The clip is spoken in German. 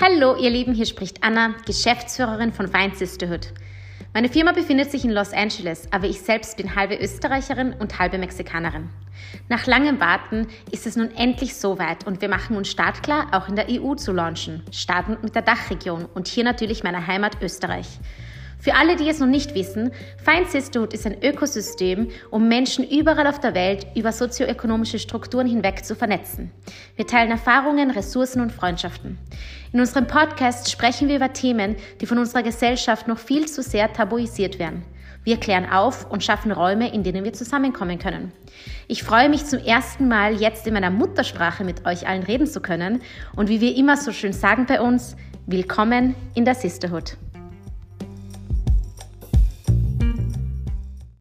Hallo ihr Lieben, hier spricht Anna, Geschäftsführerin von Fine Sisterhood. Meine Firma befindet sich in Los Angeles, aber ich selbst bin halbe Österreicherin und halbe Mexikanerin. Nach langem Warten ist es nun endlich soweit und wir machen uns startklar, auch in der EU zu launchen, startend mit der Dachregion und hier natürlich meiner Heimat Österreich. Für alle, die es noch nicht wissen, Fine Sisterhood ist ein Ökosystem, um Menschen überall auf der Welt über sozioökonomische Strukturen hinweg zu vernetzen. Wir teilen Erfahrungen, Ressourcen und Freundschaften. In unserem Podcast sprechen wir über Themen, die von unserer Gesellschaft noch viel zu sehr tabuisiert werden. Wir klären auf und schaffen Räume, in denen wir zusammenkommen können. Ich freue mich zum ersten Mal jetzt in meiner Muttersprache mit euch allen reden zu können und wie wir immer so schön sagen bei uns, willkommen in der Sisterhood.